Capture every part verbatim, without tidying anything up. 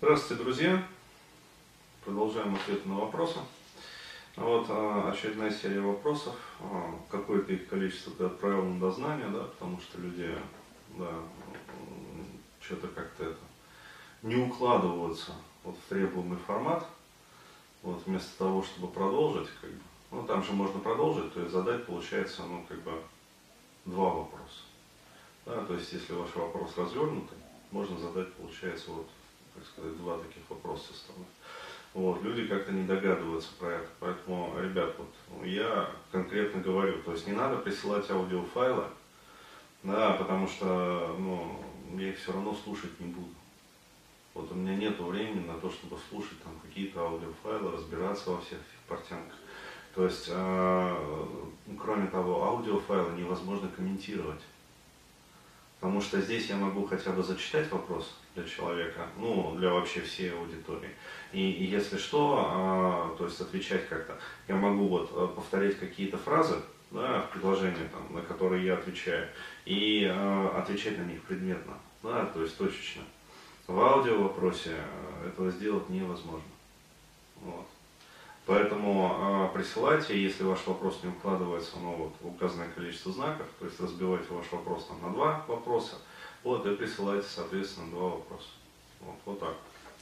Здравствуйте, друзья! Продолжаем ответы на вопросы. Вот очередная серия вопросов. Какое-то их количество ты отправил на дознание, да, потому что люди, да, что-то как-то это не укладываются вот в требуемый формат. Вот вместо того, чтобы продолжить, как бы, ну там же можно продолжить, то есть задать получается, ну как бы два вопроса. Да, то есть если ваш вопрос развернутый, можно задать, получается, вот, так сказать, два таких вопроса составных. Вот, люди как-то не догадываются про это. Поэтому, ребят, вот я конкретно говорю, то есть не надо присылать аудиофайлы, да, потому что, ну, я их все равно слушать не буду. Вот у меня нет времени на то, чтобы слушать там какие-то аудиофайлы, разбираться во всех этих портянках. То есть, э, кроме того, аудиофайлы невозможно комментировать. Потому что здесь я могу хотя бы зачитать вопрос для человека, ну, для вообще всей аудитории. И, и если что, а, то есть отвечать как-то. Я могу вот повторять какие-то фразы, да, в предложении, там, на которые я отвечаю, и а, отвечать на них предметно, да, то есть точечно. В аудио вопросе этого сделать невозможно. Вот. Поэтому э, присылайте, если ваш вопрос не укладывается, ну, вот, в указанное количество знаков, то есть разбивайте ваш вопрос там, на два вопроса, вот, и присылайте, соответственно, два вопроса. Вот, вот так.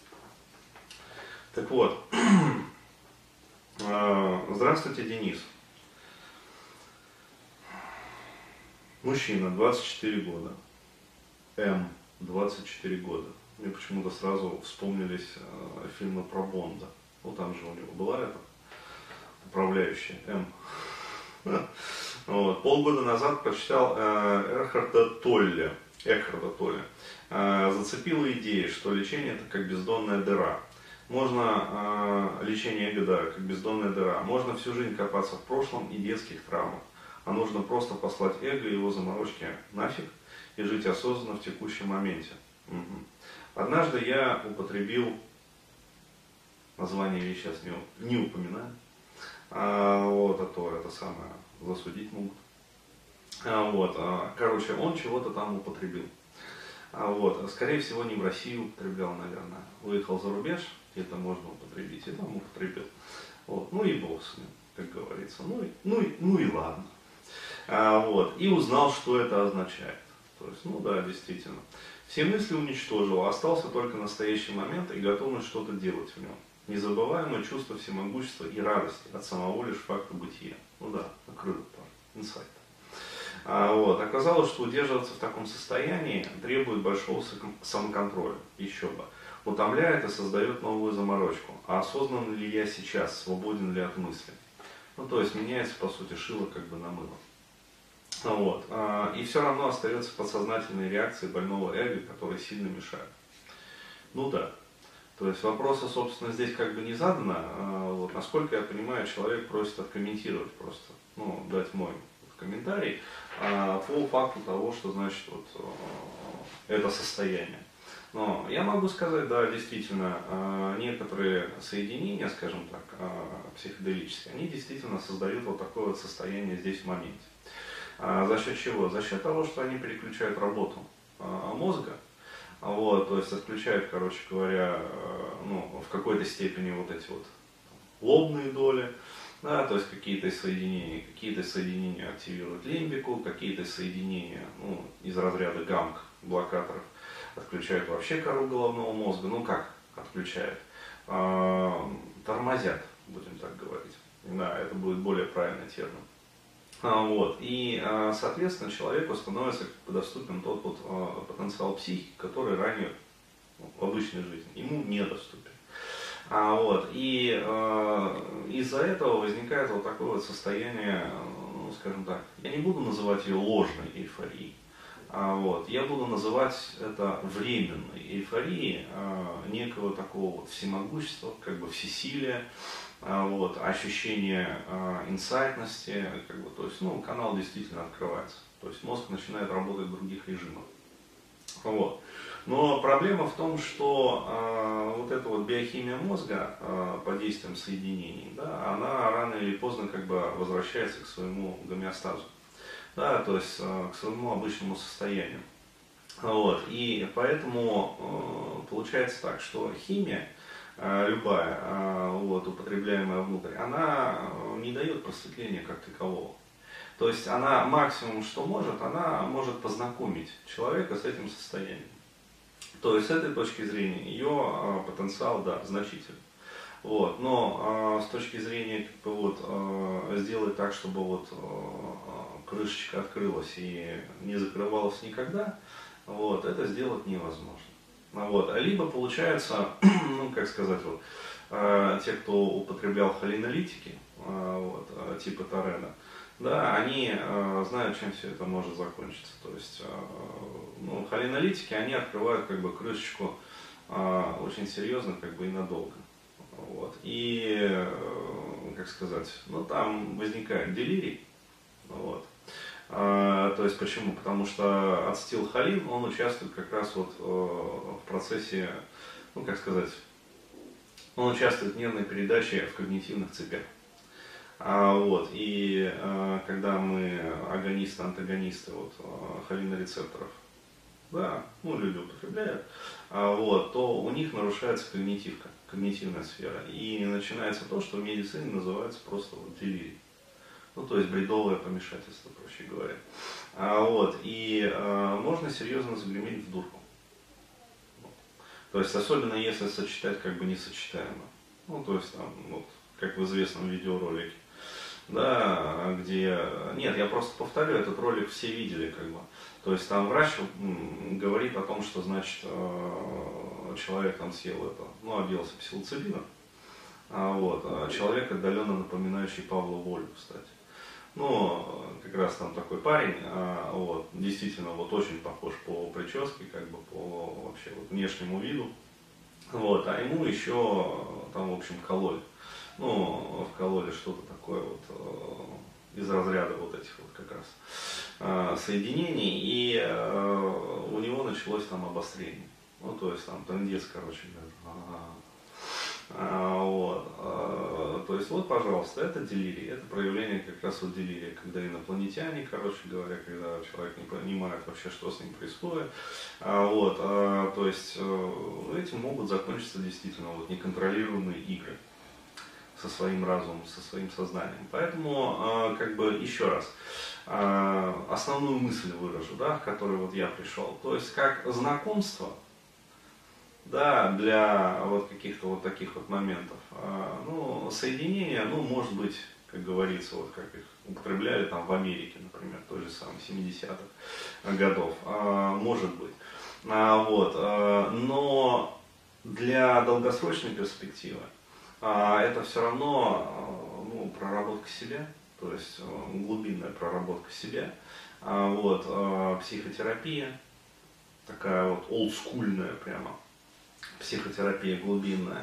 Так вот, э, здравствуйте, Денис. Мужчина, двадцать четыре года, М, двадцать четыре года. Мне почему-то сразу вспомнились э, фильмы про Бонда. Ну, там же у него была эта управляющая М. Вот. Полгода назад прочитал э, Эрхарда Толле, Экхарда Толле. Э, зацепила идея, что лечение это как бездонная дыра. Можно, э, лечение эго, да, как бездонная дыра. Можно всю жизнь копаться в прошлом и детских травмах. А нужно просто послать эго и его заморочки нафиг и жить осознанно в текущем моменте. Угу. Однажды я употребил, название я сейчас не, не упоминаю, а, вот, а то это самое засудить могут. А, вот, а, короче, он чего-то там употребил. А, вот, скорее всего, не в Россию употреблял, наверное. Выехал за рубеж, где-то можно употребить, и там употребил. Вот, ну и бог с ним, как говорится. Ну и, ну и, ну и ладно. А, вот, и узнал, что это означает. То есть, ну да, действительно. Все мысли уничтожил, остался только настоящий момент и готовность что-то делать в нем. Незабываемое чувство всемогущества и радости от самого лишь факта бытия. Ну да, накрыло пар, инсайт. А, вот. Оказалось, что удерживаться в таком состоянии требует большого самоконтроля. Еще бы. Утомляет и создает новую заморочку. А осознан ли я сейчас, свободен ли от мыслей? Ну то есть меняется по сути шило как бы на мыло. Вот. И все равно остается подсознательные реакции больного эго, которые сильно мешают. Ну да. То есть вопроса, собственно, здесь как бы не задано. Вот. Насколько я понимаю, человек просит откомментировать просто, ну, дать мой комментарий по факту того, что значит вот это состояние. Но я могу сказать, да, действительно, некоторые соединения, скажем так, психоделические, они действительно создают вот такое вот состояние здесь в моменте. А за счет чего? За счет того, что они переключают работу а, мозга, вот, то есть отключают, короче говоря, ну, в какой-то степени вот эти вот лобные доли, да, то есть какие-то соединения, какие-то соединения активируют лимбику, какие-то соединения, ну, из разряда гамк, блокаторов, отключают вообще кору головного мозга, ну как отключают, а, тормозят, будем так говорить, да, это будет более правильный термин. Вот. И, соответственно, человеку становится доступен тот вот потенциал психики, который ранее в обычной жизни ему недоступен. Вот. И из-за этого возникает вот такое вот состояние, ну, скажем так, я не буду называть ее ложной эйфорией, вот. Я буду называть это временной эйфорией, некого такого вот всемогущества, как бы всесилия. Вот, ощущение э, инсайтности, как бы, то есть, ну, канал действительно открывается, то есть мозг начинает работать в других режимах. Вот. Но проблема в том, что э, вот эта вот биохимия мозга э, под действием соединений, да, она рано или поздно как бы возвращается к своему гомеостазу, да, то есть э, к своему обычному состоянию. Вот. И поэтому э, получается так, что химия, любая, вот, употребляемая внутрь, она не дает просветления как такового. То есть она максимум, что может, она может познакомить человека с этим состоянием. То есть с этой точки зрения ее потенциал, да, значительный. Вот. Но с точки зрения как бы, вот, сделать так, чтобы вот, крышечка открылась и не закрывалась никогда, вот, это сделать невозможно. Вот. Либо получается, ну как сказать, вот, те, кто употреблял холинолитики, вот, типа Торена, да, они э, знают, чем все это может закончиться. То есть, э, ну, холинолитики, они открывают как бы крышечку э, очень серьезно, как бы и надолго. Вот. И, э, как сказать, ну там возникает делирий. Вот. Э, то есть почему? Потому что ацетилхолин, он участвует как раз вот э, в процессе, ну как сказать, он участвует в нервной передаче в когнитивных цепях. А, вот, и а, когда мы агонисты, антагонисты вот, холинорецепторов, да, ну, люди употребляют, а, вот, то у них нарушается когнитивка, когнитивная сфера. И начинается то, что в медицине называется просто вот, делирий. Ну, то есть бредовое помешательство, проще говоря. А, вот, и а, можно серьезно загреметь в дурку. То есть, особенно если сочетать как бы несочетаемо. Ну, то есть, там, вот, как в известном видеоролике. Да, где... Нет, я просто повторю, этот ролик все видели, как бы. То есть там врач говорит о том, что, значит, человек там съел это, ну, объелся псилоцибина. Вот, человек, отдаленно напоминающий Павла Волю, кстати. Ну, как раз там такой парень, вот, действительно, вот очень похож по прическе, как бы по вообще вот, внешнему виду. Вот, а ему еще там, в общем, кололи. Ну, вкололи что-то такое вот э, из разряда вот этих вот как раз э, соединений, и э, у него началось там обострение. Ну, то есть там трындец, короче говоря. А, вот. А, то есть вот, пожалуйста, это делирий, это проявление как раз вот делирия, когда инопланетяне, короче говоря, когда человек не понимает вообще, что с ним происходит. А, вот. А, то есть этим могут закончиться действительно вот неконтролируемые игры со своим разумом, со своим сознанием. Поэтому, как бы, еще раз, основную мысль выражу, да, к которой вот я пришел. То есть, как знакомство, да, для вот каких-то вот таких вот моментов, ну, соединение, ну, может быть, как говорится, вот как их употребляли там в Америке, например, той же самой семидесятых годов, может быть. Вот, но для долгосрочной перспективы это все равно, ну, проработка себя, то есть глубинная проработка себя, вот, психотерапия, такая вот олдскульная прямо, психотерапия глубинная,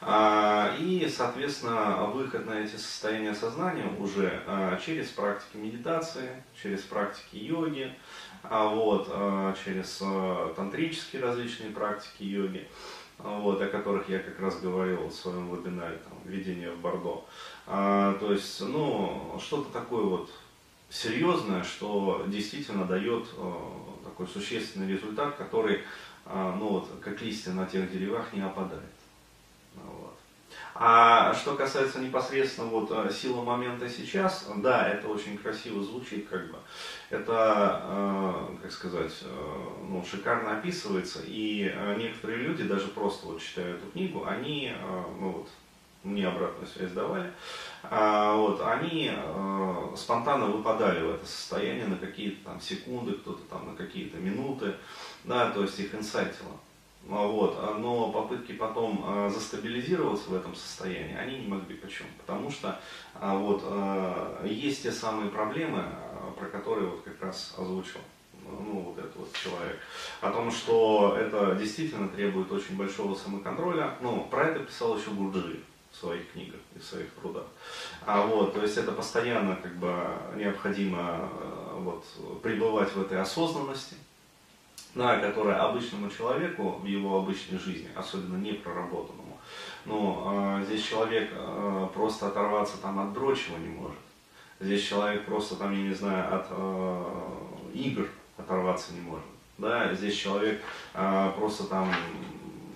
и, соответственно, выход на эти состояния сознания уже через практики медитации, через практики йоги, вот, через тантрические различные практики йоги, вот, о которых я как раз говорил в своем вебинаре, там, «Введение в Бордо». А, то есть, ну, что-то такое вот серьезное, что действительно дает а, такой существенный результат, который, а, ну, вот, как листья на тех деревах, не опадает. Вот. А что касается непосредственно вот силы момента сейчас, да, это очень красиво звучит, как бы. Это, э, как сказать, э, ну, шикарно описывается, и некоторые люди, даже просто вот читая эту книгу, они, э, ну вот, мне обратную связь давали, э, вот, они э, спонтанно выпадали в это состояние на какие-то там секунды, кто-то там на какие-то минуты, да, то есть их инсайтило. Вот, но попытки потом э, застабилизироваться в этом состоянии, они не могли. Почему? Потому что э, вот, э, есть те самые проблемы, э, про которые вот как раз озвучил ну, вот этот вот человек. О том, что это действительно требует очень большого самоконтроля. Ну, про это писал еще Гурджиев в своих книгах и в своих трудах. А, вот, то есть это постоянно как бы необходимо э, вот, пребывать в этой осознанности, да, которая обычному человеку в его обычной жизни, особенно не проработанному, ну, э, здесь человек э, просто оторваться там от дрочева не может. Здесь человек просто там, я не знаю, от э, игр оторваться не может. Да, здесь человек э, просто там,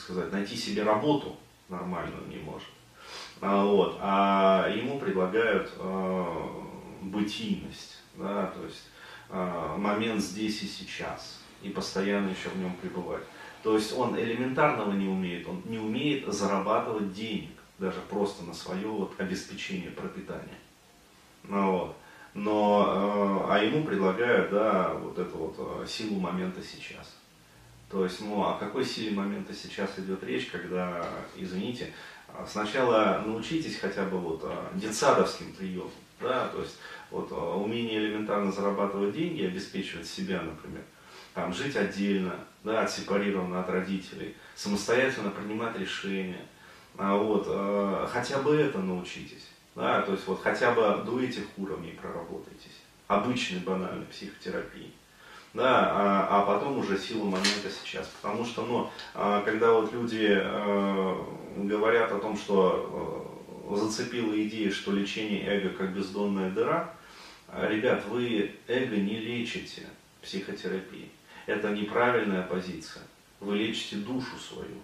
сказать, найти себе работу нормальную не может. А, вот, а ему предлагают э, бытийность, да, то есть э, момент здесь и сейчас, и постоянно еще в нем пребывать. То есть он элементарного не умеет, он не умеет зарабатывать денег, даже просто на свое вот обеспечение пропитания. Ну, вот. Но, э, а ему предлагают, да, вот эту вот э, силу момента сейчас. То есть, ну, о какой силе момента сейчас идет речь, когда, извините, сначала научитесь хотя бы вот детсадовским приемам, да, то есть вот умение элементарно зарабатывать деньги, обеспечивать себя, например, там, жить отдельно, да, отсепарированно от родителей, самостоятельно принимать решения, а вот, э, хотя бы это научитесь, да, то есть вот хотя бы до этих уровней проработайтесь, обычной банальной психотерапии. Да, а, а потом уже силу момента сейчас. Потому что, ну, когда вот люди э, говорят о том, что э, зацепила идея, что лечение эго как бездонная дыра, ребят, вы эго не лечите психотерапией. Это неправильная позиция. Вы лечите душу свою.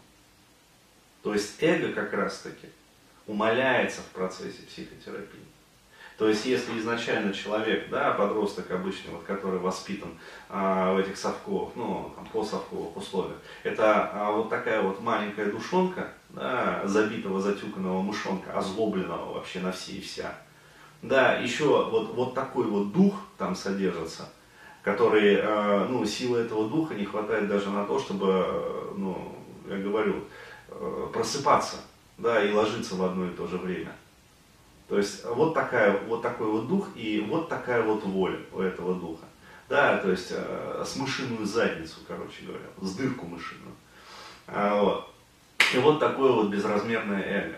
То есть эго как раз таки умаляется в процессе психотерапии. То есть, если изначально человек, да, подросток обычный, вот, который воспитан а, в этих совковых, ну, там, посовковых условиях, это а, вот такая вот маленькая душонка, да, забитого, затюканного мышонка, озлобленного вообще на все и вся. Да, еще вот, вот такой вот дух там содержится, который, а, ну, силы этого духа не хватает даже на то, чтобы, ну, я говорю, просыпаться, да, и ложиться в одно и то же время. То есть вот, такая, вот такой вот дух и вот такая вот воля у этого духа. Да, то есть э, с мышиную задницу, короче говоря, с дырку мышиную. А, вот. И вот такое вот безразмерное эго.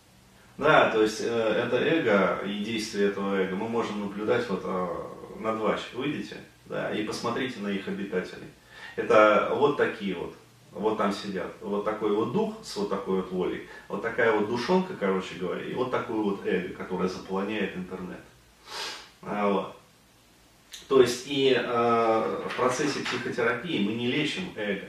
Да, то есть э, это эго и действие этого эго мы можем наблюдать вот э, на Двач. Выйдите, да, и посмотрите на их обитателей. Это вот такие вот. Вот там сидят. Вот такой вот дух с вот такой вот волей. Вот такая вот душонка, короче говоря. И вот такое вот эго, которое заполоняет интернет. А, вот. То есть и э, в процессе психотерапии мы не лечим эго,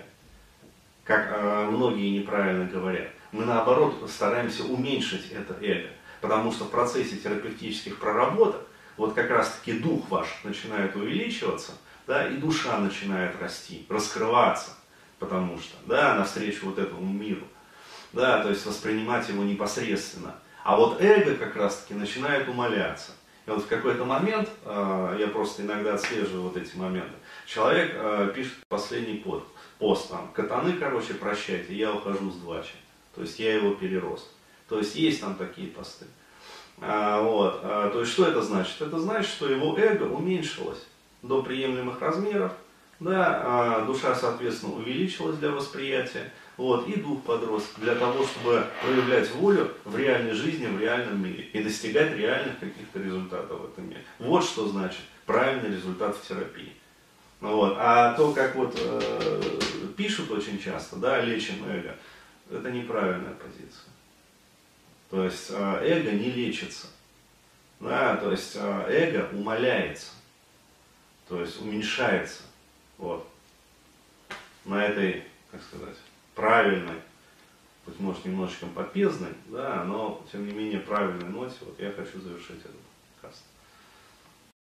как э, многие неправильно говорят. Мы наоборот стараемся уменьшить это эго. Потому что в процессе терапевтических проработок вот как раз таки дух ваш начинает увеличиваться, да, и душа начинает расти, раскрываться. Потому что, да, навстречу вот этому миру, да, то есть воспринимать его непосредственно. А вот эго как раз таки начинает умаляться. И вот в какой-то момент, э, я просто иногда отслеживаю вот эти моменты, человек э, пишет последний пост, пост там, катаны, короче, прощайте, я ухожу с Двачи. То есть я его перерос. То есть есть там такие посты. А, вот, а, то есть что это значит? Это значит, что его эго уменьшилось до приемлемых размеров. Да, душа, соответственно, увеличилась для восприятия, вот, и дух подрос для того, чтобы проявлять волю в реальной жизни, в реальном мире и достигать реальных каких-то результатов в этом мире. Вот что значит правильный результат в терапии. Вот. А то, как вот э, пишут очень часто, да, лечим эго, это неправильная позиция. То есть э, эго не лечится, да, то есть э, эго умаляется, то есть уменьшается. Вот. На этой, как сказать, правильной, быть может немножечко попездной, да, но тем не менее правильной ноте, вот я хочу завершить этот подкаст.